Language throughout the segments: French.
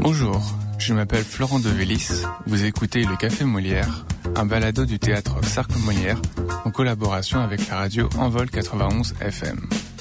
Bonjour, je m'appelle Florent Devélis, vous écoutez Le Café Molière, un balado du théâtre Cercle Molière en collaboration avec la radio Envol 91 FM.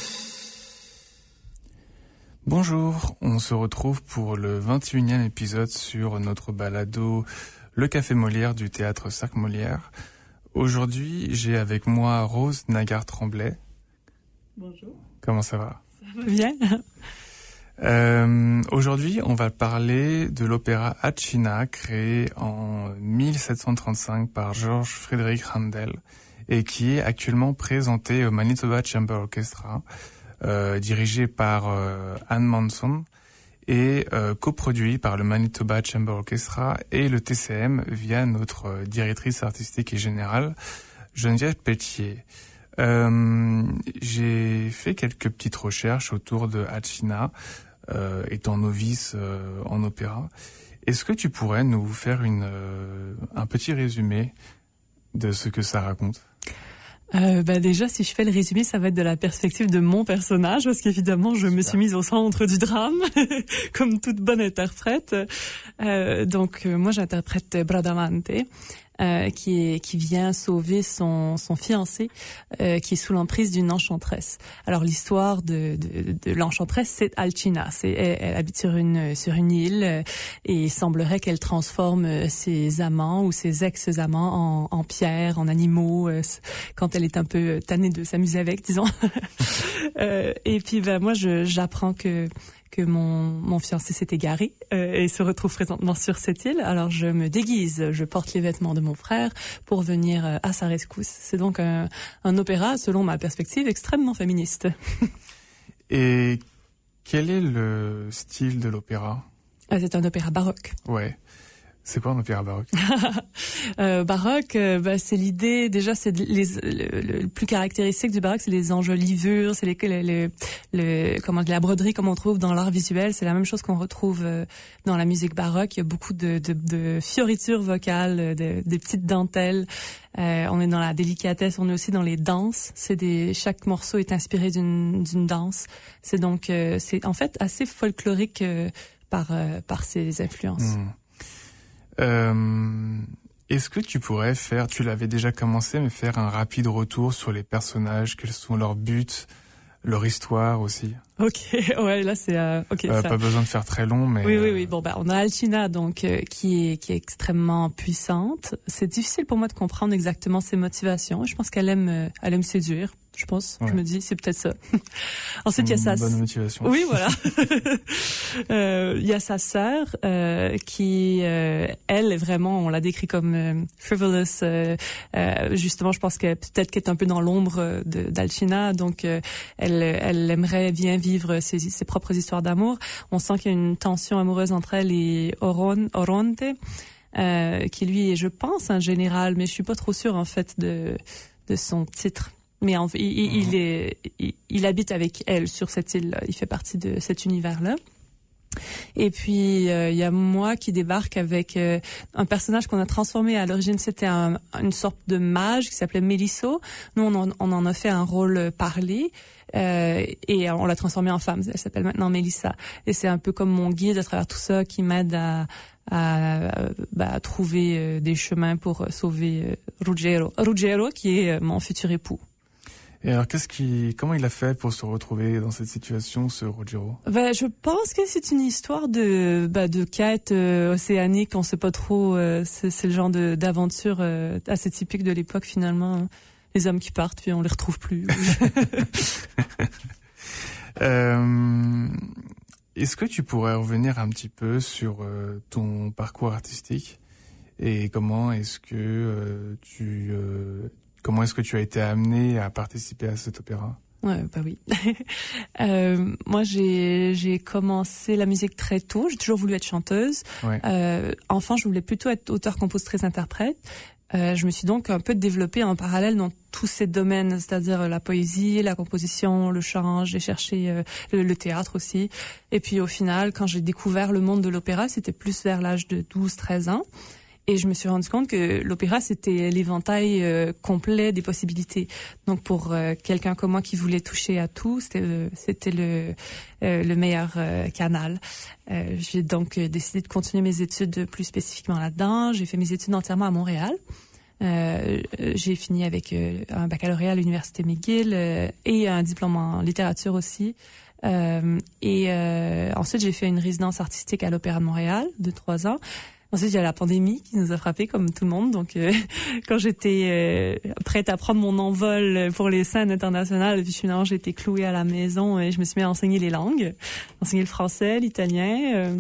Bonjour, on se retrouve pour le 21e épisode sur notre balado Le Café Molière du théâtre Cercle Molière. Aujourd'hui, j'ai avec moi Rose Nagard-Tremblay. Bonjour. Comment ça va? Ça va bien. Aujourd'hui, on va parler de l'opéra Alcina, créé en 1735 par George Friedrich Händel et qui est actuellement présenté au Manitoba Chamber Orchestra, dirigé par Anne Manson et coproduit par le Manitoba Chamber Orchestra et le TCM via notre directrice artistique et générale, Geneviève Pelletier. J'ai fait quelques petites recherches autour de Alcina, étant novice en opéra. Est-ce que tu pourrais nous faire un petit résumé de ce que ça raconte? Déjà, si je fais le résumé, ça va être de la perspective de mon personnage, parce qu'évidemment, je me suis mise au centre du drame, comme toute bonne interprète. Moi, j'interprète Bradamante, qui vient sauver son fiancé, qui est sous l'emprise d'une enchanteresse. Alors, l'histoire de l'enchanteresse, c'est Alcina. Elle habite sur une île, et il semblerait qu'elle transforme ses amants ou ses ex-amants en pierres, en animaux, quand elle est un peu tannée de s'amuser avec, disons. Et puis, moi, j'apprends que mon fiancé s'est égaré et se retrouve présentement sur cette île. Alors je me déguise, je porte les vêtements de mon frère pour venir à sa rescousse. C'est donc un opéra, selon ma perspective, extrêmement féministe. Et quel est le style de l'opéra? C'est un opéra baroque. Ouais. C'est quoi un opéra baroque? Baroque, c'est l'idée. Déjà, c'est le plus caractéristique du baroque, c'est les enjolivures, c'est la broderie comme on trouve dans l'art visuel. C'est la même chose qu'on retrouve dans la musique baroque. Il y a beaucoup de fioritures vocales, des petites dentelles. On est dans la délicatesse. On est aussi dans les danses. Chaque morceau est inspiré d'une danse. C'est donc, c'est en fait assez folklorique par ses influences. Est-ce que tu pourrais tu l'avais déjà commencé, mais faire un rapide retour sur les personnages, quels sont leurs buts, leur histoire aussi? Ok, ouais, là c'est ok. Pas besoin de faire très long, mais oui. Bon, on a Alcina donc qui est extrêmement puissante. C'est difficile pour moi de comprendre exactement ses motivations. Je pense qu'elle aime séduire. Je pense, ouais. Je me dis, c'est peut-être ça. Ensuite, il y a sa bonne motivation. Oui, voilà. Il y a sa sœur qui, elle, est vraiment, on la décrit comme frivolous. Justement, je pense que peut-être qu'elle est un peu dans l'ombre d'Alcina, donc elle aimerait bien vivre ses propres histoires d'amour. On sent qu'il y a une tension amoureuse entre elle et Oronte, qui lui est, je pense, un général, mais je suis pas trop sûre en fait de son titre. Mais il habite avec elle sur cette île-là. Il fait partie de cet univers-là. Et puis, il y a moi qui débarque avec un personnage qu'on a transformé. À l'origine, c'était une sorte de mage qui s'appelait Mélisso. Nous, on en a fait un rôle parlé. Et on l'a transformée en femme. Elle s'appelle maintenant Mélissa. Et c'est un peu comme mon guide à travers tout ça qui m'aide à trouver des chemins pour sauver Ruggiero, qui est mon futur époux. Et alors, comment il a fait pour se retrouver dans cette situation, ce Ruggiero? Je pense que c'est une histoire de quête océanique. On sait pas trop. C'est le genre d'aventure assez typique de l'époque finalement. Les hommes qui partent puis on les retrouve plus. Est-ce que tu pourrais revenir un petit peu sur ton parcours artistique et comment est-ce que tu as été amenée à participer à cet opéra? Ouais, oui. Moi, j'ai commencé la musique très tôt. J'ai toujours voulu être chanteuse. Ouais. Enfant, je voulais plutôt être auteur, compositrice, interprète. Je me suis donc un peu développée en parallèle dans tous ces domaines, c'est-à-dire la poésie, la composition, le chant. J'ai cherché le théâtre aussi. Et puis au final, quand j'ai découvert le monde de l'opéra, c'était plus vers l'âge de 12-13 ans. Et je me suis rendu compte que l'opéra, c'était l'éventail complet des possibilités. Donc pour quelqu'un comme moi qui voulait toucher à tout, c'était le meilleur canal. J'ai donc décidé de continuer mes études plus spécifiquement là-dedans. J'ai fait mes études entièrement à Montréal. J'ai fini avec un baccalauréat à l'université McGill et un diplôme en littérature aussi. Ensuite, j'ai fait une résidence artistique à l'Opéra de Montréal de 3 ans. Ensuite, il y a la pandémie qui nous a frappés comme tout le monde. Donc, quand j'étais prête à prendre mon envol pour les scènes internationales, puis finalement, j'ai été clouée à la maison et je me suis mis à enseigner les langues, enseigner le français, l'italien.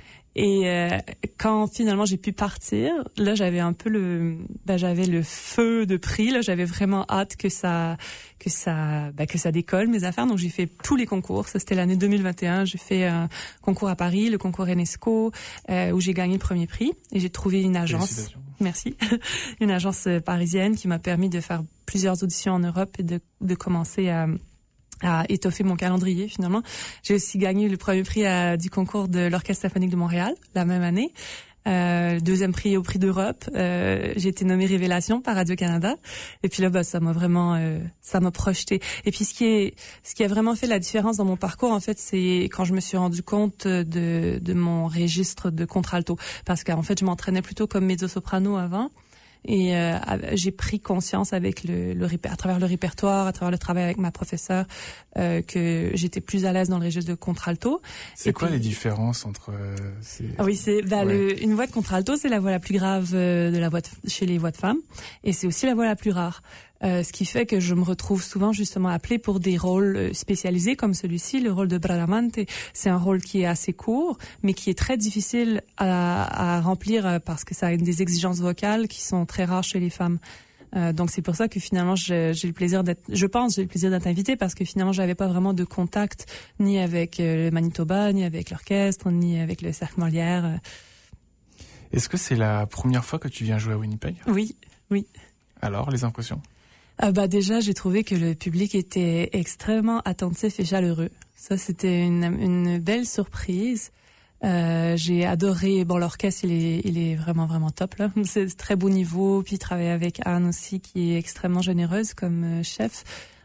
Quand finalement j'ai pu partir, là j'avais un peu j'avais le feu de prix, là j'avais vraiment hâte que ça décolle mes affaires. Donc j'ai fait tous les concours. Ça c'était l'année 2021. J'ai fait un concours à Paris, le concours UNESCO, où j'ai gagné le premier prix et j'ai trouvé une agence. Merci. Une agence parisienne qui m'a permis de faire plusieurs auditions en Europe et de commencer à étoffer mon calendrier finalement. J'ai aussi gagné le premier prix du concours de l'Orchestre symphonique de Montréal la même année. Deuxième prix au prix d'Europe. J'ai été nommée Révélation par Radio-Canada. Et puis là, ça m'a vraiment, ça m'a projeté. Et puis ce qui a vraiment fait la différence dans mon parcours, en fait, c'est quand je me suis rendu compte de mon registre de contralto. Parce qu'en fait, je m'entraînais plutôt comme mezzo-soprano avant. Et j'ai pris conscience avec à travers le répertoire, à travers le travail avec ma professeure, que j'étais plus à l'aise dans le registre de contralto. C'est quoi les différences entre Ah oui, une voix de contralto, c'est la voix la plus grave chez les voix de femmes, et c'est aussi la voix la plus rare. Ce qui fait que je me retrouve souvent justement appelée pour des rôles spécialisés comme celui-ci, le rôle de Bradamante. C'est un rôle qui est assez court, mais qui est très difficile à remplir parce que ça a des exigences vocales qui sont très rares chez les femmes. Donc c'est pour ça que finalement j'ai le plaisir d'être invitée parce que finalement j'avais pas vraiment de contact ni avec le Manitoba, ni avec l'orchestre, ni avec le Cercle Molière. Est-ce que c'est la première fois que tu viens jouer à Winnipeg? Oui. Alors, les impressions? Déjà, j'ai trouvé que le public était extrêmement attentif et chaleureux. Ça, c'était une belle surprise. J'ai adoré. Bon, l'orchestre, il est vraiment vraiment top là. C'est très beau niveau. Puis travailler avec Anne aussi, qui est extrêmement généreuse comme chef.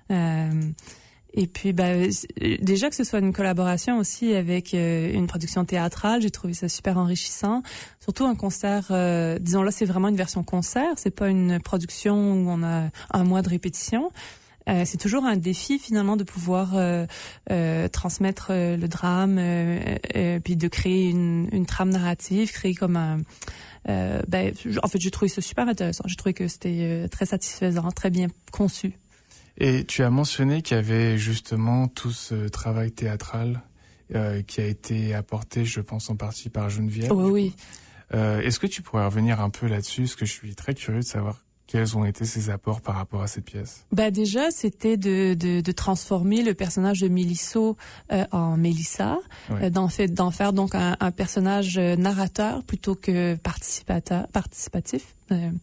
Et puis, déjà que ce soit une collaboration aussi avec une production théâtrale, j'ai trouvé ça super enrichissant. Surtout un concert, disons là, c'est vraiment une version concert. C'est pas une production où on a un mois de répétition. C'est toujours un défi finalement de pouvoir transmettre le drame, puis de créer une trame narrative, créer comme un. En fait, j'ai trouvé ça super intéressant. J'ai trouvé que c'était très satisfaisant, très bien conçu. Et tu as mentionné qu'il y avait justement tout ce travail théâtral qui a été apporté, je pense, en partie par Geneviève. Oui. Est-ce que tu pourrais revenir un peu là-dessus? Parce que je suis très curieux de savoir quels ont été ses apports par rapport à cette pièce. Déjà, c'était de transformer le personnage de Mélisso en Mélissa, ouais. D'en faire donc un personnage narrateur plutôt que participatif.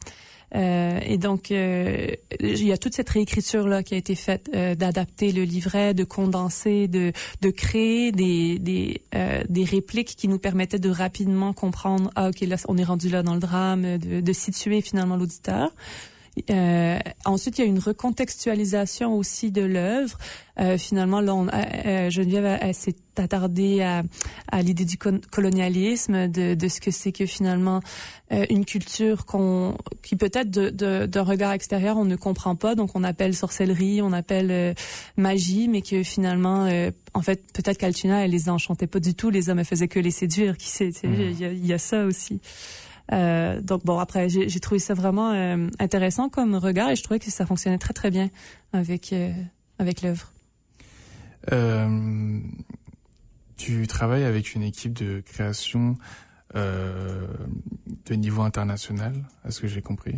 Et donc, il y a toute cette réécriture là qui a été faite, d'adapter le livret, de condenser, de créer des répliques qui nous permettaient de rapidement comprendre ok, là on est rendu là dans le drame, de situer finalement l'auditeur. Ensuite, il y a une recontextualisation aussi de l'œuvre. Finalement, là, Geneviève elle s'est attardée à l'idée du colonialisme, de ce que c'est que finalement une culture qui peut-être d'un regard extérieur on ne comprend pas, donc on appelle sorcellerie, on appelle magie, mais que finalement, en fait, peut-être qu'Alcina elle les enchantait pas du tout. Les hommes elle faisaient que les séduire. Il y a ça aussi. Donc bon, après j'ai trouvé ça vraiment intéressant comme regard et je trouvais que ça fonctionnait très très bien avec l'œuvre. Tu travailles avec une équipe de création de niveau international, à ce que j'ai compris.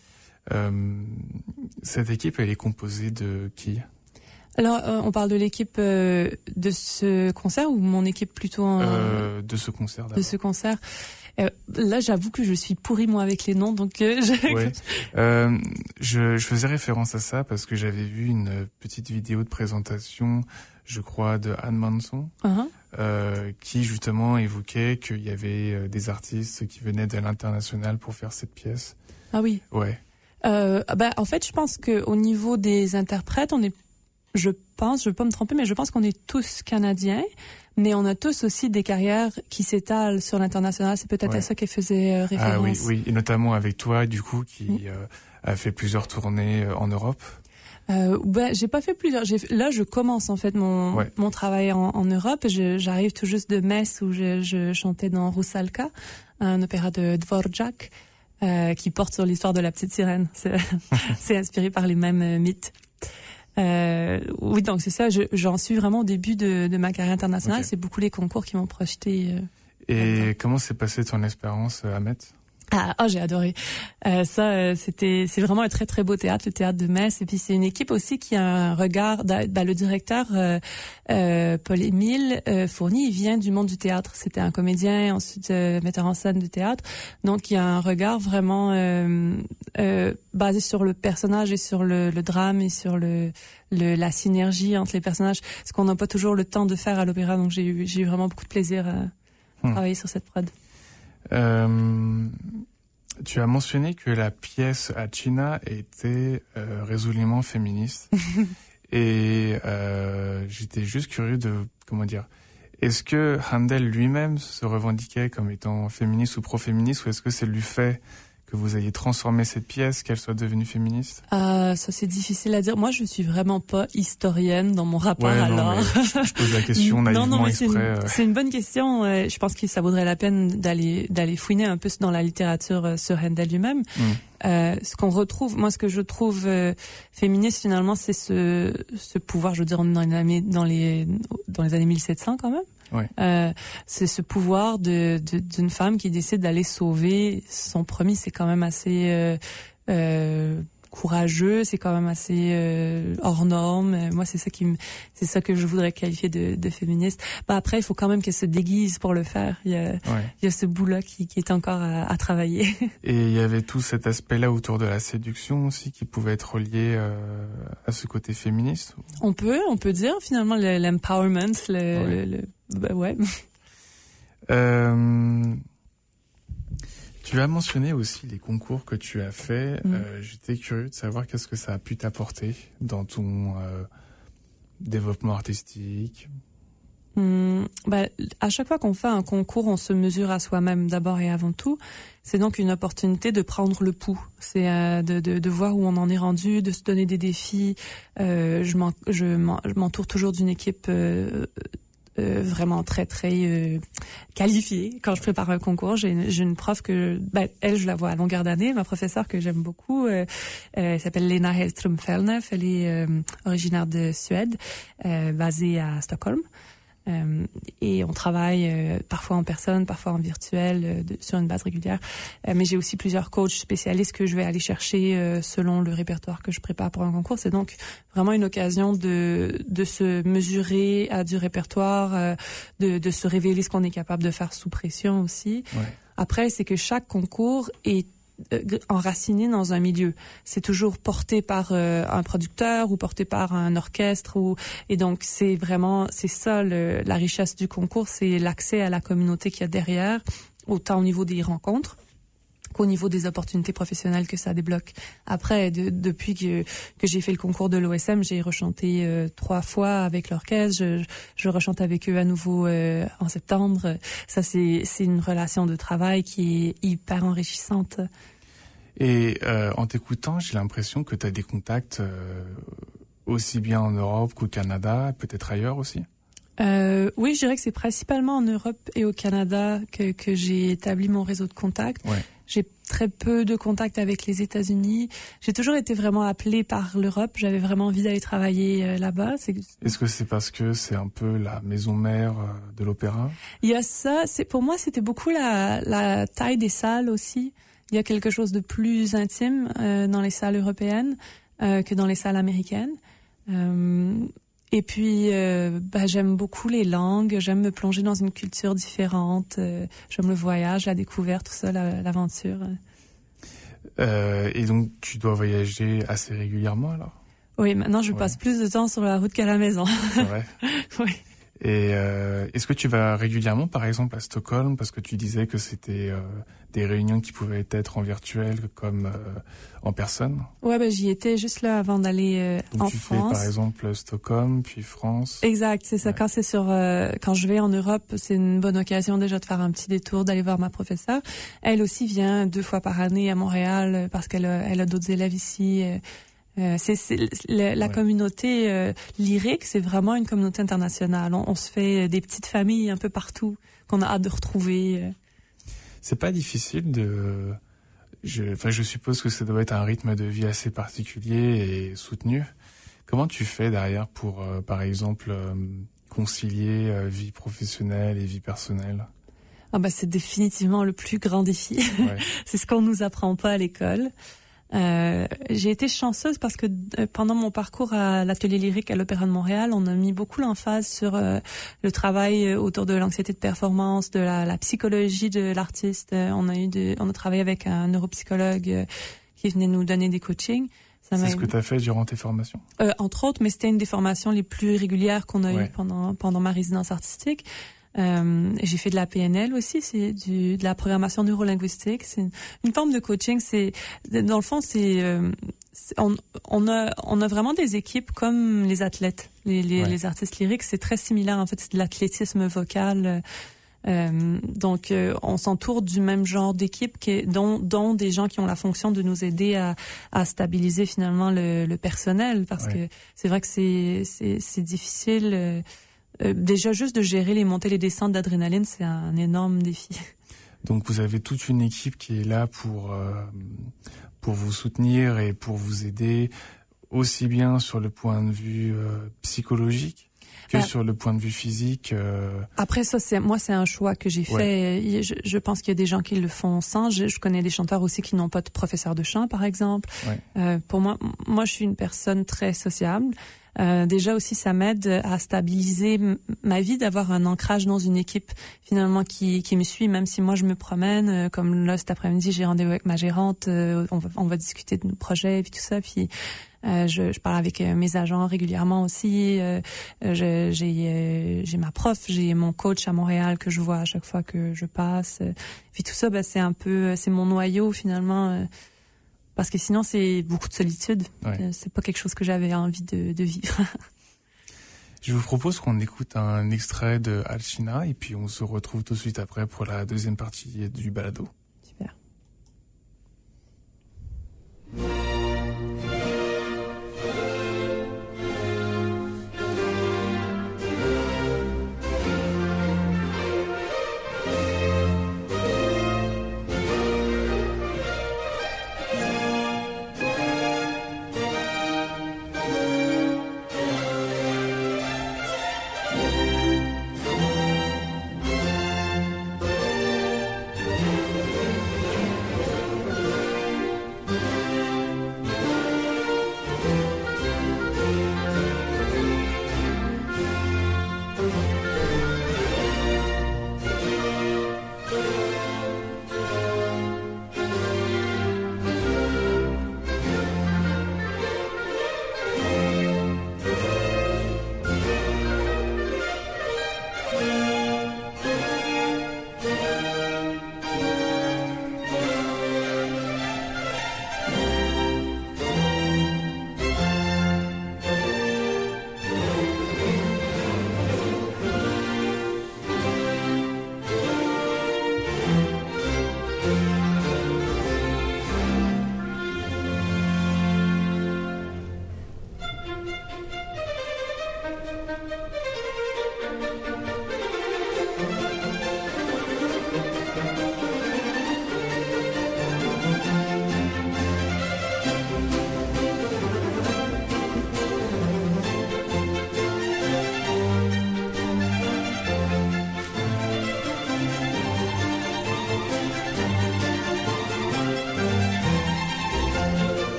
Cette équipe, elle est composée de qui? Alors, on parle de l'équipe de ce concert ou mon équipe plutôt de ce concert d'abord. De ce concert. Là, j'avoue que je suis pourrie moi avec les noms, donc. Ouais. Je faisais référence à ça parce que j'avais vu une petite vidéo de présentation, je crois, de Anne Manson, qui justement évoquait qu'il y avait des artistes qui venaient de l'international pour faire cette pièce. Ah oui. Ouais. En fait, je pense que au niveau des interprètes, je veux pas me tromper, mais je pense qu'on est tous Canadiens, mais on a tous aussi des carrières qui s'étalent sur l'international. C'est peut-être à ça qu'elle faisait référence. Ah oui, et notamment avec toi, du coup, qui a fait plusieurs tournées en Europe. J'ai pas fait plusieurs. Là, je commence en fait mon travail en Europe. J'arrive tout juste de Metz où je chantais dans Rusalka, un opéra de Dvorak. Qui porte sur l'histoire de la petite sirène. C'est inspiré par les mêmes mythes. Oui, donc c'est ça. J'en suis vraiment au début de ma carrière internationale. Okay. C'est beaucoup les concours qui m'ont projeté. Et comment s'est passée ton expérience à Metz? J'ai adoré. C'est vraiment un très très beau théâtre, le théâtre de Metz. Et puis c'est une équipe aussi qui a un regard. Le directeur Paul-Émile Fournier, il vient du monde du théâtre. C'était un comédien, ensuite metteur en scène de théâtre. Donc il y a un regard vraiment basé sur le personnage et sur le drame et sur la synergie entre les personnages. Ce qu'on n'a pas toujours le temps de faire à l'opéra. Donc j'ai eu vraiment beaucoup de plaisir à travailler sur cette prod. Tu as mentionné que la pièce Hachina était résolument féministe. Et j'étais juste curieux est-ce que Handel lui-même se revendiquait comme étant féministe ou pro-féministe, ou est-ce que c'est le fait que vous ayez transformé cette pièce, qu'elle soit devenue féministe? Ça, c'est difficile à dire. Moi, je suis vraiment pas historienne dans mon rapport à l'art. Je pose la question naïvement exprès. C'est une bonne question. Je pense que ça vaudrait la peine d'aller fouiner un peu dans la littérature sur Handel lui-même. Ce que je trouve féministe finalement, c'est ce pouvoir. Je veux dire, on est dans les années 1700 quand même. Ouais. C'est ce pouvoir d'une femme qui décide d'aller sauver son promis. C'est quand même assez courageux, c'est quand même assez hors norme. Moi, c'est ça que je voudrais qualifier de féministe. Après, il faut quand même qu'elle se déguise pour le faire. Il y a ce bout-là qui est encore à travailler. Et il y avait tout cet aspect-là autour de la séduction aussi qui pouvait être relié à ce côté féministe. On peut dire finalement l'empowerment, ouais. Tu as mentionné aussi les concours que tu as fait. J'étais curieux de savoir qu'est-ce que ça a pu t'apporter dans ton développement artistique. À chaque fois qu'on fait un concours, on se mesure à soi-même d'abord et avant tout. C'est donc une opportunité de prendre le pouls. C'est de voir où on en est rendu, de se donner des défis. Je m'entoure toujours d'une équipe vraiment très très qualifiée quand je prépare un concours. J'ai une prof elle, je la vois à longueur d'année, ma professeure que j'aime beaucoup, elle s'appelle Lena Hellström-Fellnef, elle est originaire de Suède, basée à Stockholm. Et on travaille parfois en personne, parfois en virtuel, sur une base régulière. Mais j'ai aussi plusieurs coachs spécialistes que je vais aller chercher selon le répertoire que je prépare pour un concours. C'est donc vraiment une occasion de se mesurer à du répertoire, de se révéler ce qu'on est capable de faire sous pression aussi. Ouais. Après, c'est que chaque concours est enraciné dans un milieu. C'est toujours porté par un producteur ou porté par un orchestre et donc c'est ça la richesse du concours, c'est l'accès à la communauté qu'il y a derrière, autant au niveau des rencontres qu'au niveau des opportunités professionnelles que ça débloque. Après, depuis que j'ai fait le concours de l'OSM, j'ai rechanté 3 fois avec l'orchestre. Je rechante avec eux à nouveau en septembre. Ça, c'est une relation de travail qui est hyper enrichissante. Et en t'écoutant, j'ai l'impression que tu as des contacts aussi bien en Europe qu'au Canada, peut-être ailleurs aussi. Oui, je dirais que c'est principalement en Europe et au Canada que j'ai établi mon réseau de contacts. Ouais. J'ai très peu de contacts avec les États-Unis. J'ai toujours été vraiment appelée par l'Europe. J'avais vraiment envie d'aller travailler là-bas. Est-ce que c'est parce que c'est un peu la maison mère de l'opéra? Il y a ça. Pour moi, c'était beaucoup la taille des salles aussi. Il y a quelque chose de plus intime dans les salles européennes que dans les salles américaines. Et puis, j'aime beaucoup les langues, j'aime me plonger dans une culture différente, j'aime le voyage, la découverte, tout ça, l'aventure. Et donc, tu dois voyager assez régulièrement, alors? Oui, maintenant, je passe plus de temps sur la route qu'à la maison. C'est vrai? Oui. Et est-ce que tu vas régulièrement, par exemple, à Stockholm, parce que tu disais que c'était des réunions qui pouvaient être en virtuel comme en personne? Ouais, ben j'y étais juste là avant d'aller Donc en tu France. fais par exemple Stockholm, puis France. Exact, c'est ça. Ouais. Quand je vais en Europe, c'est une bonne occasion déjà de faire un petit détour, d'aller voir ma professeure. Elle aussi vient 2 fois par année à Montréal parce qu'elle a d'autres élèves ici. La communauté lyrique, c'est vraiment une communauté internationale. On se fait des petites familles un peu partout qu'on a hâte de retrouver. C'est pas difficile de... je suppose que ça doit être un rythme de vie assez particulier et soutenu. Comment tu fais derrière pour, par exemple, concilier vie professionnelle et vie personnelle? Ah bah c'est définitivement le plus grand défi. Ouais. C'est ce qu'on nous apprend pas à l'école. J'ai été chanceuse parce que pendant mon parcours à l'atelier lyrique à l'Opéra de Montréal, on a mis beaucoup l'emphase sur le travail autour de l'anxiété de performance, de la psychologie de l'artiste. On a travaillé avec un neuropsychologue qui venait nous donner des coachings. C'est ce que tu as fait durant tes formations? Entre autres, mais c'était une des formations les plus régulières qu'on a eues pendant ma résidence artistique. J'ai fait de la PNL aussi, c'est de la programmation neurolinguistique. C'est une forme de coaching. Dans le fond, on a vraiment des équipes comme les athlètes, les artistes lyriques. C'est très similaire en fait, c'est de l'athlétisme vocal. Donc, on s'entoure du même genre d'équipe dont des gens qui ont la fonction de nous aider à stabiliser finalement le personnel, parce que c'est vrai que c'est difficile. Déjà, juste de gérer les montées et les descentes d'adrénaline, c'est un énorme défi. Donc, vous avez toute une équipe qui est là pour vous soutenir et pour vous aider, aussi bien sur le point de vue psychologique que sur le point de vue physique. Après ça, c'est un choix que j'ai fait. Je pense qu'il y a des gens qui le font sans. Je connais des chanteurs aussi qui n'ont pas de professeur de chant, par exemple. Pour moi, je suis une personne très sociable. Déjà aussi, ça m'aide à stabiliser ma vie, d'avoir un ancrage dans une équipe finalement qui me suit, même si moi je me promène. Comme là cet après-midi, j'ai rendez-vous avec ma gérante. On va discuter de nos projets et puis tout ça. Puis je parle avec mes agents régulièrement aussi. J'ai ma prof, j'ai mon coach à Montréal que je vois à chaque fois que je passe. Puis tout ça, c'est mon noyau finalement. Parce que sinon, c'est beaucoup de solitude. C'est pas quelque chose que j'avais envie de vivre. Je vous propose qu'on écoute un extrait de Alcina et puis on se retrouve tout de suite après pour la deuxième partie du balado. Super.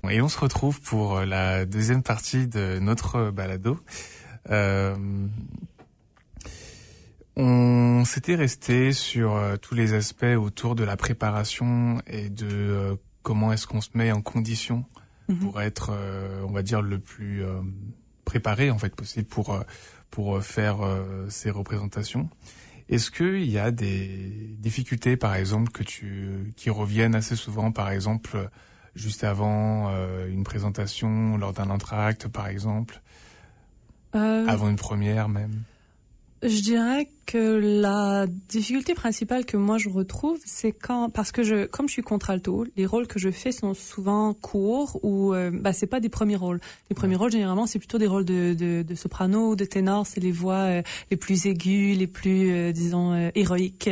Et on se retrouve pour la deuxième partie de notre balado. On s'était resté sur tous les aspects autour de la préparation et de comment est-ce qu'on se met en condition pour être, on va dire, le plus préparé en fait possible pour faire ces représentations. Est-ce qu'il y a des difficultés, par exemple, qui reviennent assez souvent, par exemple, juste avant une présentation, lors d'un entracte, par exemple, avant une première même? Je dirais que la difficulté principale que moi je retrouve, c'est parce que comme je suis contralto, les rôles que je fais sont souvent courts ou c'est pas des premiers rôles. Les premiers rôles généralement c'est plutôt des rôles de soprano, de ténor, c'est les voix les plus aiguës, les plus disons héroïques.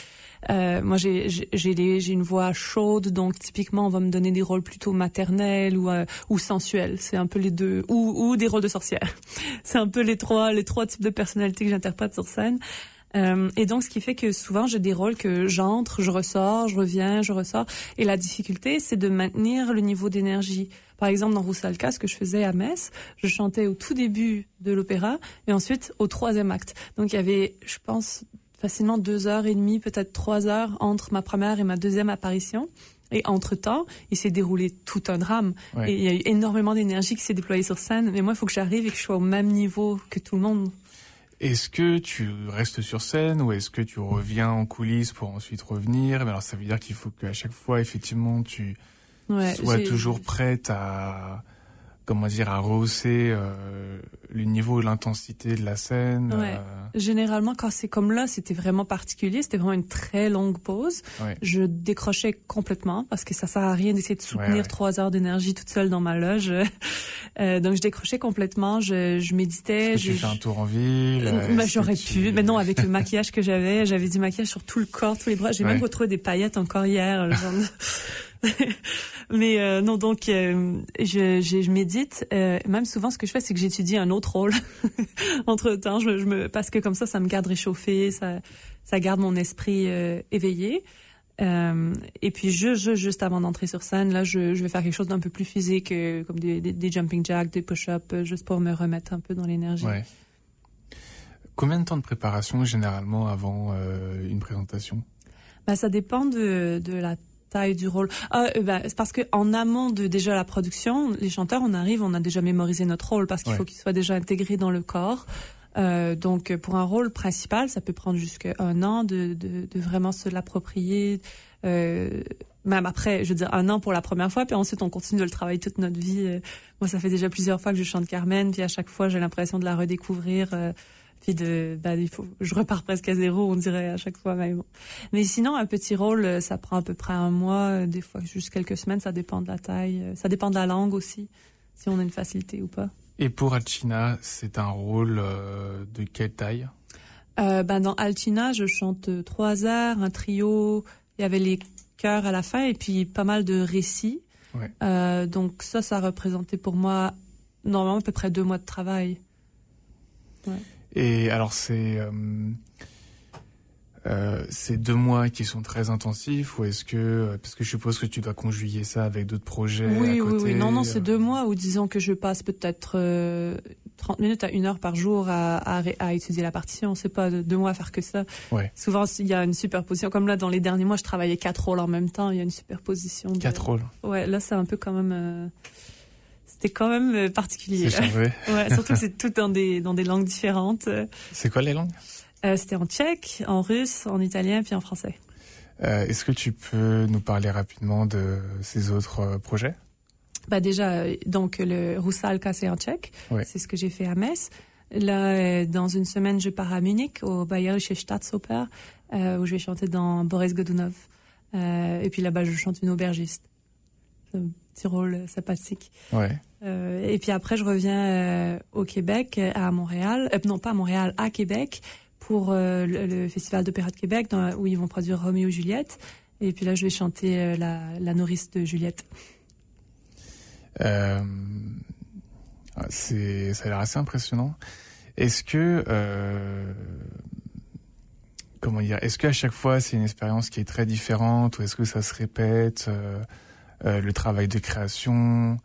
Moi, j'ai une voix chaude, donc typiquement, on va me donner des rôles plutôt maternels ou sensuels. C'est un peu les deux, ou des rôles de sorcière. C'est un peu les trois types de personnalités que j'interprète sur scène. Et donc, ce qui fait que souvent, j'ai des rôles que j'entre, je ressors, je reviens, je ressors. Et la difficulté, c'est de maintenir le niveau d'énergie. Par exemple, dans Rusalka, ce que je faisais à Metz, je chantais au tout début de l'opéra et ensuite au 3e acte. Donc, il y avait, je pense, facilement 2h30, peut-être 3 heures entre ma première et ma deuxième apparition. Et entre-temps, il s'est déroulé tout un drame. Ouais. Et il y a eu énormément d'énergie qui s'est déployée sur scène. Mais moi, il faut que j'arrive et que je sois au même niveau que tout le monde. Est-ce que tu restes sur scène ou est-ce que tu reviens en coulisses pour ensuite revenir? Mais alors, ça veut dire qu'il faut qu'à chaque fois, effectivement, tu sois toujours prête à rehausser le niveau, l'intensité de la scène. Ouais. Généralement, quand c'est comme là, c'était vraiment particulier. C'était vraiment une très longue pause. Ouais. Je décrochais complètement parce que ça sert à rien d'essayer de soutenir 3 heures d'énergie toute seule dans ma loge. Donc, je décrochais complètement. Je méditais. Est-ce que tu fais un tour en ville? J'aurais pu. Mais non, avec le maquillage que j'avais du maquillage sur tout le corps, tous les bras. J'ai même retrouvé des paillettes encore hier. Mais non, donc je médite. Même souvent, ce que je fais, c'est que j'étudie un autre rôle. Entre-temps, parce que comme ça me garde réchauffé, ça garde mon esprit éveillé. Et puis juste avant d'entrer sur scène, là, je vais faire quelque chose d'un peu plus physique, comme des jumping jacks, des push-ups, juste pour me remettre un peu dans l'énergie. Ouais. Combien de temps de préparation généralement avant une présentation? Ça dépend de la taille du rôle. C'est parce que en amont de déjà la production, les chanteurs, on a déjà mémorisé notre rôle parce qu'il faut qu'il soit déjà intégré dans le corps. Donc pour un rôle principal, ça peut prendre jusqu'à 1 an de vraiment se l'approprier. Même après, je veux dire 1 an pour la première fois, puis ensuite on continue de le travailler toute notre vie. Moi, ça fait déjà plusieurs fois que je chante Carmen, puis à chaque fois j'ai l'impression de la redécouvrir. Puis je repars presque à zéro, on dirait à chaque fois. Mais sinon, un petit rôle, ça prend à peu près 1 mois, des fois juste quelques semaines, ça dépend de la taille, ça dépend de la langue aussi, si on a une facilité ou pas. Et pour Alcina, c'est un rôle de quelle taille? Dans Alcina, je chante 3 airs, un trio, il y avait les chœurs à la fin et puis pas mal de récits. Ouais. Donc ça représentait pour moi normalement à peu près 2 mois de travail. Ouais. Et alors c'est 2 mois qui sont très intensifs ou est-ce que parce que je suppose que tu dois conjuguer ça avec d'autres projets à côté? Oui. Non, c'est 2 mois où disons que je passe peut-être 30 minutes à 1 heure par jour à étudier la partition. C'est pas 2 mois à faire que ça. Ouais. Souvent il y a une superposition. Comme là dans les derniers mois, je travaillais 4 rôles en même temps. Il y a une superposition. 4 rôles. Ouais, là c'est un peu quand même. C'était quand même particulier. C'est chargé. Ouais, surtout que c'est tout dans des langues différentes. C'est quoi les langues? C'était en tchèque, en russe, en italien, puis en français. Est-ce que tu peux nous parler rapidement de ces autres projets? Déjà, donc le Rusalka, c'est en tchèque. Ouais. C'est ce que j'ai fait à Metz. Là, dans une semaine, je pars à Munich, au Bayerische Staatsoper, où je vais chanter dans Boris Godunov. Et puis là-bas, je chante une aubergiste. Un petit rôle sympathique. Ouais. Et puis après, je reviens au Québec, à Montréal. Non, pas à Montréal, à Québec, pour le Festival d'Opéra de Québec, où ils vont produire Roméo et Juliette. Et puis là, je vais chanter la nourrice de Juliette. Ça a l'air assez impressionnant. Est-ce que est-ce qu'à chaque fois c'est une expérience qui est très différente ou est-ce que ça se répète le travail de création,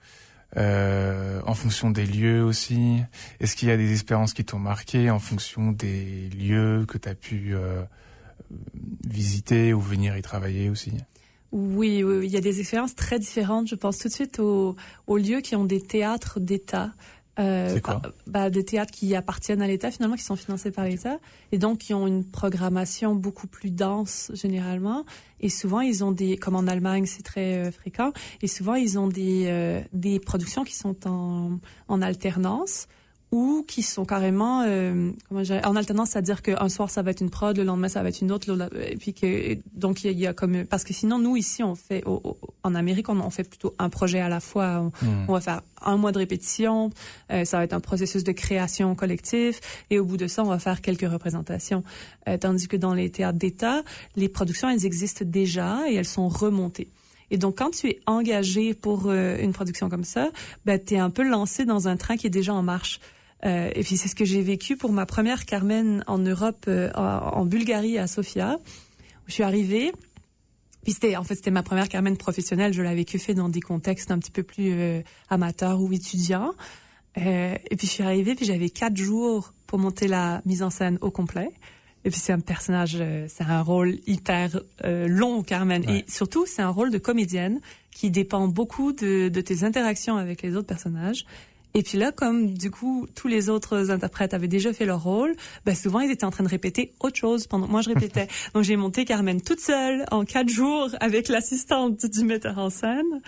en fonction des lieux aussi. Est-ce qu'il y a des expériences qui t'ont marqué en fonction des lieux que tu as pu visiter ou venir y travailler aussi? Oui, il y a des expériences très différentes. Je pense tout de suite aux lieux qui ont des théâtres d'État. C'est quoi? Des théâtres qui appartiennent à l'État, finalement, qui sont financés par l'État, et donc qui ont une programmation beaucoup plus dense, généralement. Et souvent, ils ont comme en Allemagne, c'est très fréquent, et souvent, ils ont des productions qui sont en alternance, ou qui sont carrément en alternance, c'est-à-dire qu'un soir ça va être une prod, le lendemain ça va être une autre, et puis donc il y a comme, parce que sinon nous ici on fait en Amérique on fait plutôt un projet à la fois, on va faire un mois de répétition, ça va être un processus de création collectif, et au bout de ça on va faire quelques représentations, tandis que dans les théâtres d'État les productions elles existent déjà et elles sont remontées. Et donc, quand tu es engagé pour une production comme ça, t'es un peu lancé dans un train qui est déjà en marche. Et puis, c'est ce que j'ai vécu pour ma première Carmen en Europe, en Bulgarie, à Sofia, où je suis arrivée. Puis c'était ma première Carmen professionnelle. Je l'avais fait dans des contextes un petit peu plus amateurs ou étudiants. Et puis, je suis arrivée, puis j'avais 4 jours pour monter la mise en scène au complet. Et puis c'est un personnage, c'est un rôle hyper long, Carmen. Ouais. Et surtout, c'est un rôle de comédienne qui dépend beaucoup de tes interactions avec les autres personnages. Et puis là, comme du coup, tous les autres interprètes avaient déjà fait leur rôle, souvent ils étaient en train de répéter autre chose pendant que moi je répétais. Donc j'ai monté Carmen toute seule en 4 jours avec l'assistante du metteur en scène.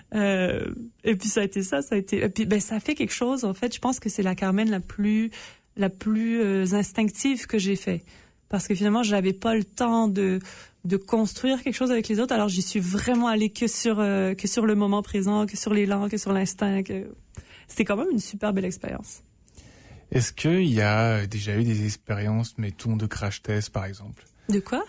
Et puis ça a été ça. Et puis ça fait quelque chose. En fait, je pense que c'est la Carmen la plus instinctive que j'ai fait. Parce que finalement, j'avais pas le temps de construire quelque chose avec les autres. Alors, j'y suis vraiment allée que sur le moment présent, que sur l'élan, que sur l'instinct. C'était quand même une super belle expérience. Est-ce qu'il y a déjà eu des expériences, mettons, de crash test, par exemple? De quoi?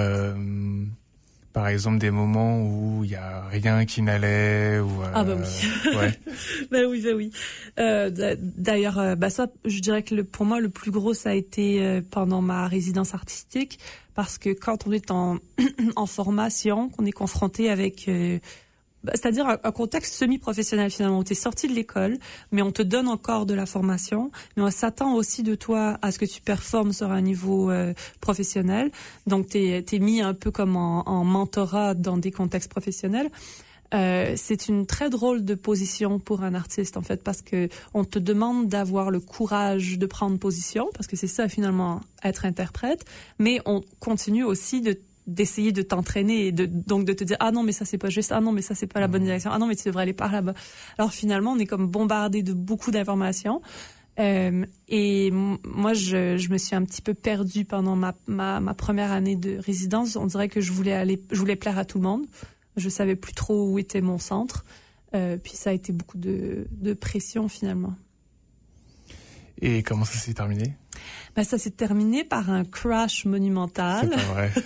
Par exemple, des moments où il y a rien qui n'allait ou oui. Ouais. oui. D'ailleurs, ça, je dirais que pour moi le plus gros ça a été pendant ma résidence artistique, parce que quand on est en formation, qu'on est confronté avec c'est-à-dire un contexte semi-professionnel finalement, où tu es sorti de l'école, mais on te donne encore de la formation, mais on s'attend aussi de toi à ce que tu performes sur un niveau professionnel. Donc t'es mis un peu comme en mentorat dans des contextes professionnels. C'est une très drôle de position pour un artiste en fait, parce que on te demande d'avoir le courage de prendre position, parce que c'est ça finalement être interprète, mais on continue aussi d'essayer de t'entraîner et donc de te dire ah non mais ça c'est pas juste, ah non mais ça c'est pas la bonne direction, ah non mais tu devrais aller par là-bas. Alors finalement on est comme bombardé de beaucoup d'informations, et moi je me suis un petit peu perdue pendant ma première année de résidence. On dirait que je voulais plaire à tout le monde, je savais plus trop où était mon centre, puis ça a été beaucoup de pression finalement. Et comment ça s'est terminé? Ça s'est terminé par un crash monumental. C'est pas vrai.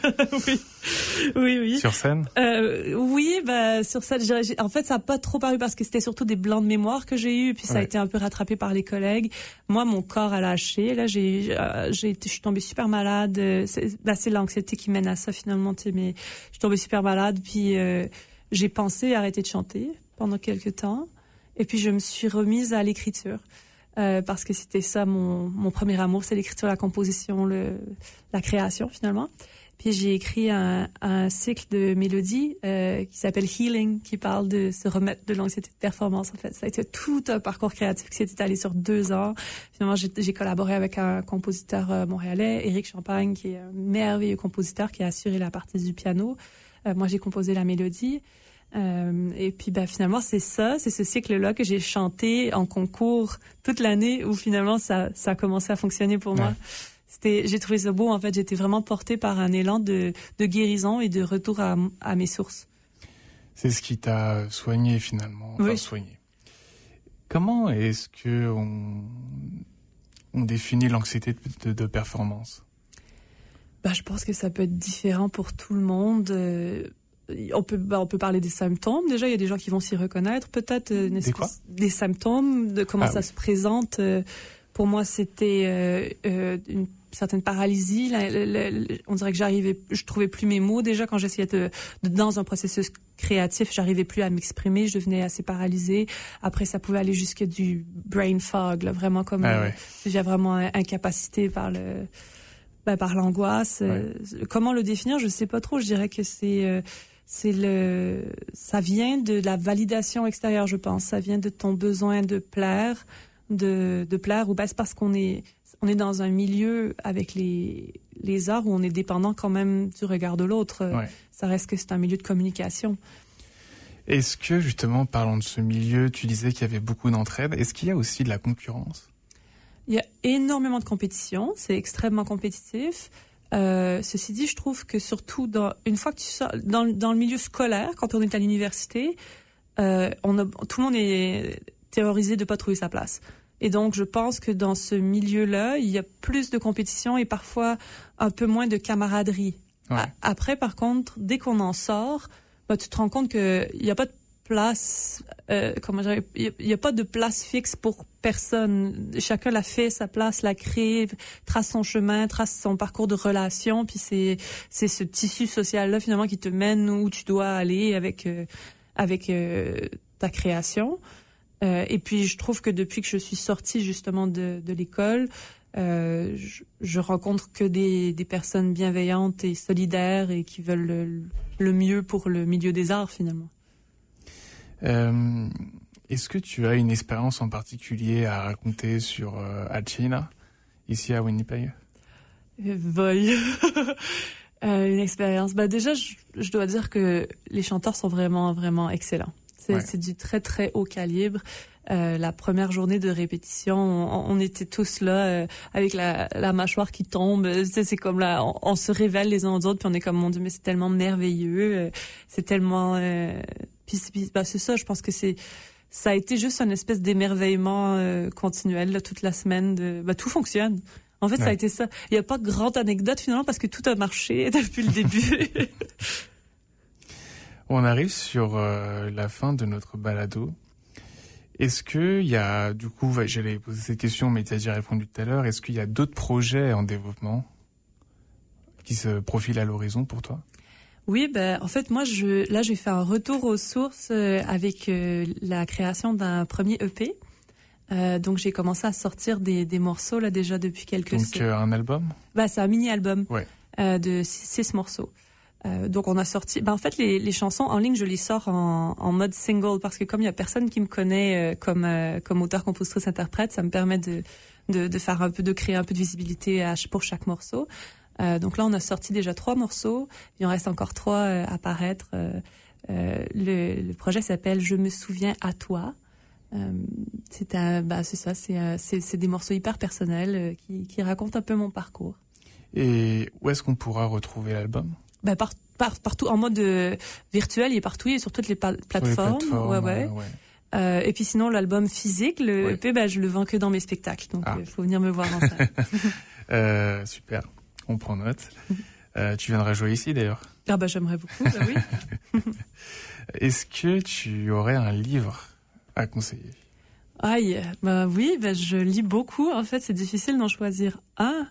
Oui. Sur scène? Oui, sur scène. En fait, ça n'a pas trop paru parce que c'était surtout des blancs de mémoire que j'ai eu, puis ça a été un peu rattrapé par les collègues. Moi, mon corps a lâché. Là, je suis tombée super malade. C'est l'anxiété qui mène à ça finalement, mais je suis tombée super malade, puis j'ai pensé arrêter de chanter pendant quelques temps, et puis je me suis remise à l'écriture. Parce que c'était ça mon premier amour, c'est l'écriture, la composition, la création finalement. Puis j'ai écrit un cycle de mélodies qui s'appelle Healing, qui parle de se remettre de l'anxiété de performance. En fait, ça a été tout un parcours créatif qui s'est étalé sur 2 ans. Finalement, j'ai collaboré avec un compositeur montréalais, Éric Champagne, qui est un merveilleux compositeur qui a assuré la partie du piano. Moi, j'ai composé la mélodie. Et puis finalement c'est ce cycle-là que j'ai chanté en concours toute l'année, où finalement ça a commencé à fonctionner pour moi. J'ai trouvé ça beau en fait, j'étais vraiment portée par un élan de guérison et de retour à mes sources. C'est ce qui t'a soigné finalement, oui. Soigné. Comment est-ce que on définit l'anxiété de performance? Je pense que ça peut être différent pour tout le monde. On peut parler des symptômes. Déjà, il y a des gens qui vont s'y reconnaître. Peut-être des symptômes, de comment ça se présente. Pour moi, c'était une certaine paralysie. On dirait que je trouvais plus mes mots déjà quand j'essayais dans un processus créatif, j'arrivais plus à m'exprimer, je devenais assez paralysée. Après, ça pouvait aller jusque du brain fog, là, vraiment comme j'ai vraiment incapacité par l'angoisse. Comment le définir, je sais pas trop. Je dirais que ça vient de la validation extérieure, je pense. Ça vient de ton besoin de plaire, de plaire, ou c'est parce qu'on est dans un milieu avec les arts où on est dépendant quand même du regard de l'autre. Ça reste que c'est un milieu de communication. Est-ce que, justement, parlant de ce milieu, tu disais qu'il y avait beaucoup d'entraide. Est-ce qu'il y a aussi de la concurrence? Il y a énormément de compétition. C'est extrêmement compétitif. Ceci dit, je trouve que surtout une fois que tu sors dans le milieu scolaire, quand on est à l'université, tout le monde est terrorisé de pas trouver sa place. Et donc, je pense que dans ce milieu-là, il y a plus de compétition et parfois un peu moins de camaraderie. Après, par contre, dès qu'on en sort, tu te rends compte qu'il n'y a pas de place, il y a pas de place fixe pour personne. Chacun l'a fait, sa place, l'a créé, trace son chemin, trace son parcours de relation, puis c'est ce tissu social-là, finalement, qui te mène où tu dois aller avec ta création. Et puis, je trouve que depuis que je suis sortie, justement, de l'école, je rencontre que des personnes bienveillantes et solidaires et qui veulent le mieux pour le milieu des arts, finalement. Est-ce que tu as une expérience en particulier à raconter sur Hachina, ici à Winnipeg? Une expérience. Déjà, je dois dire que les chanteurs sont vraiment, vraiment excellents. C'est du très, très haut calibre. La première journée de répétition, on était tous là avec la mâchoire qui tombe. C'est comme là, on se révèle les uns aux autres, puis on est comme, mon Dieu, mais c'est tellement merveilleux. C'est tellement... Puis c'est ça, je pense que ça a été juste une espèce d'émerveillement continuel là, toute la semaine. Tout fonctionne. En fait, ça a été ça. Il n'y a pas de grande anecdote finalement parce que tout a marché depuis le début. On arrive sur la fin de notre balado. Est-ce que il y a, du coup, j'allais poser cette question, mais tu as déjà répondu tout à l'heure. Est-ce qu'il y a d'autres projets en développement qui se profilent à l'horizon pour toi? Oui, en fait, moi, j'ai fait un retour aux sources avec la création d'un premier EP. Donc, j'ai commencé à sortir des morceaux là déjà depuis quelques semaines. Donc, un album? C'est un mini-album de 6 morceaux. Donc, on a sorti... en fait, les chansons en ligne, je les sors en mode single parce que comme il y a personne qui me connaît comme auteur, compositrice, interprète, ça me permet de faire de créer un peu de visibilité pour chaque morceau. Donc là, on a sorti déjà 3 morceaux. Il en reste encore 3 à paraître. Le projet s'appelle « Je me souviens à toi ». C'est ça, c'est des morceaux hyper personnels qui racontent un peu mon parcours. Et où est-ce qu'on pourra retrouver l'album? Partout, en mode virtuel, il est partout, il est sur toutes les plateformes. Et puis sinon, l'album physique, le EP, je le vends que dans mes spectacles. Donc, il faut venir me voir en scène. Super, on prend note. Tu viendras jouer ici, d'ailleurs. J'aimerais beaucoup, oui. Est-ce que tu aurais un livre à conseiller? Oui, je lis beaucoup. En fait, c'est difficile d'en choisir un.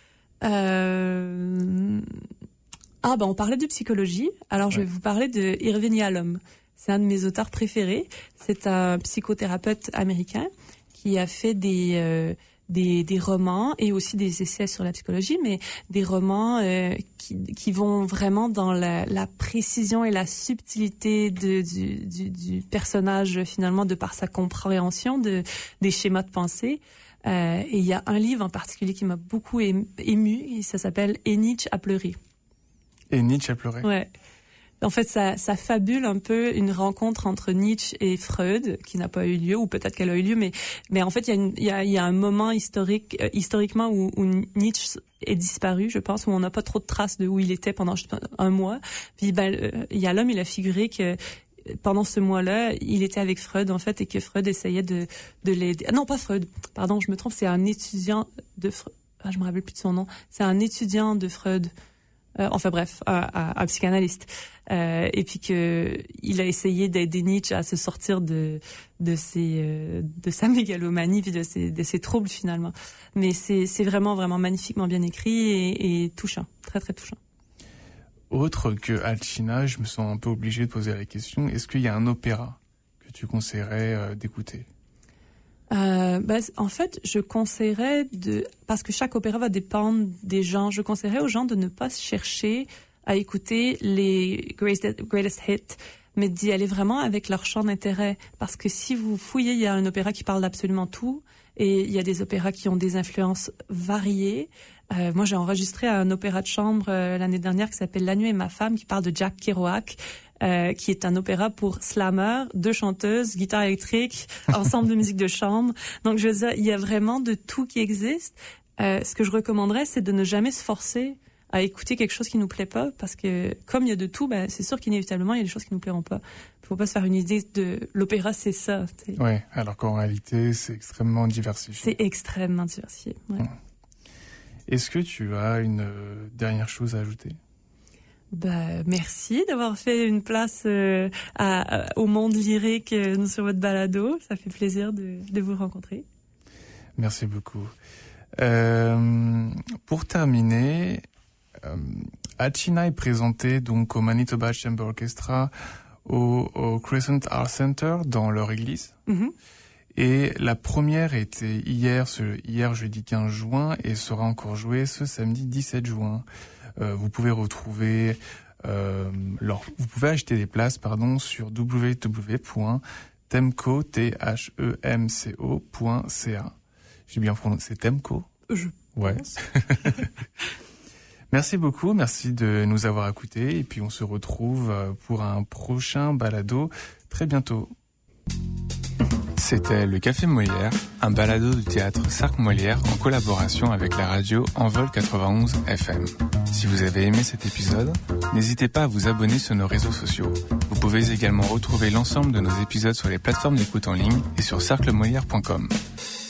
On parlait de psychologie. Alors, je vais vous parler de Irvin Yalom. C'est un de mes auteurs préférés. C'est un psychothérapeute américain qui a fait des romans et aussi des essais sur la psychologie, mais des romans qui vont vraiment dans la précision et la subtilité du personnage, finalement, de par sa compréhension des schémas de pensée. Et il y a un livre en particulier qui m'a beaucoup ému, et ça s'appelle « Et Nietzsche a pleuré ». Et Nietzsche a pleuré. Ouais. En fait, ça fabule un peu une rencontre entre Nietzsche et Freud, qui n'a pas eu lieu, ou peut-être qu'elle a eu lieu, mais en fait, il y a un moment historiquement où Nietzsche est disparu, je pense, où on n'a pas trop de traces de où il était pendant un mois. Puis, Yalom, il a figuré que pendant ce mois-là, il était avec Freud, en fait, et que Freud essayait de l'aider. Non, pas Freud. Pardon, je me trompe, c'est un étudiant de Freud. Je me rappelle plus de son nom. C'est un étudiant de Freud. Un psychanalyste. Et puis il a essayé d'aider Nietzsche à se sortir de sa mégalomanie puis de ses troubles finalement. Mais c'est vraiment, vraiment magnifiquement bien écrit et touchant. Très, très touchant. autre que Alcina, je me sens un peu obligé de poser la question, est-ce qu'il y a un opéra que tu conseillerais d'écouter? En fait, je conseillerais parce que chaque opéra va dépendre des gens, je conseillerais aux gens de ne pas chercher à écouter les greatest hits, mais d'y aller vraiment avec leur champ d'intérêt. Parce que si vous fouillez, il y a un opéra qui parle d'absolument tout, et il y a des opéras qui ont des influences variées. Moi, j'ai enregistré un opéra de chambre l'année dernière qui s'appelle La nuit et ma femme, qui parle de Jack Kerouac, qui est un opéra pour slammer, 2 chanteuses, guitare électrique, ensemble de musique de chambre. Donc, je veux dire, il y a vraiment de tout qui existe. Ce que je recommanderais, c'est de ne jamais se forcer à écouter quelque chose qui nous plaît pas, parce que comme il y a de tout, c'est sûr qu'inévitablement, il y a des choses qui nous plairont pas. Faut pas se faire une idée de l'opéra, c'est ça. T'sais. Ouais, alors qu'en réalité, c'est extrêmement diversifié. C'est extrêmement diversifié, ouais. Est-ce que tu as une dernière chose à ajouter? Merci d'avoir fait une place au monde lyrique sur votre balado. Ça fait plaisir de vous rencontrer. Merci beaucoup. Pour terminer, Alcina est présenté donc au Manitoba Chamber Orchestra au Crescent Art Center dans leur église. Mm-hmm. Et la première était hier jeudi 15 juin et sera encore jouée ce samedi 17 juin. Vous pouvez retrouver vous pouvez acheter des places sur www.temco.ca. J'ai bien prononcé Temco? Je pense. Merci beaucoup, merci de nous avoir écoutés et puis on se retrouve pour un prochain balado très bientôt. C'était le Café Molière, un balado de théâtre Cercle Molière en collaboration avec la radio Envol 91 FM. Si vous avez aimé cet épisode, n'hésitez pas à vous abonner sur nos réseaux sociaux. Vous pouvez également retrouver l'ensemble de nos épisodes sur les plateformes d'écoute en ligne et sur cerclemolière.com.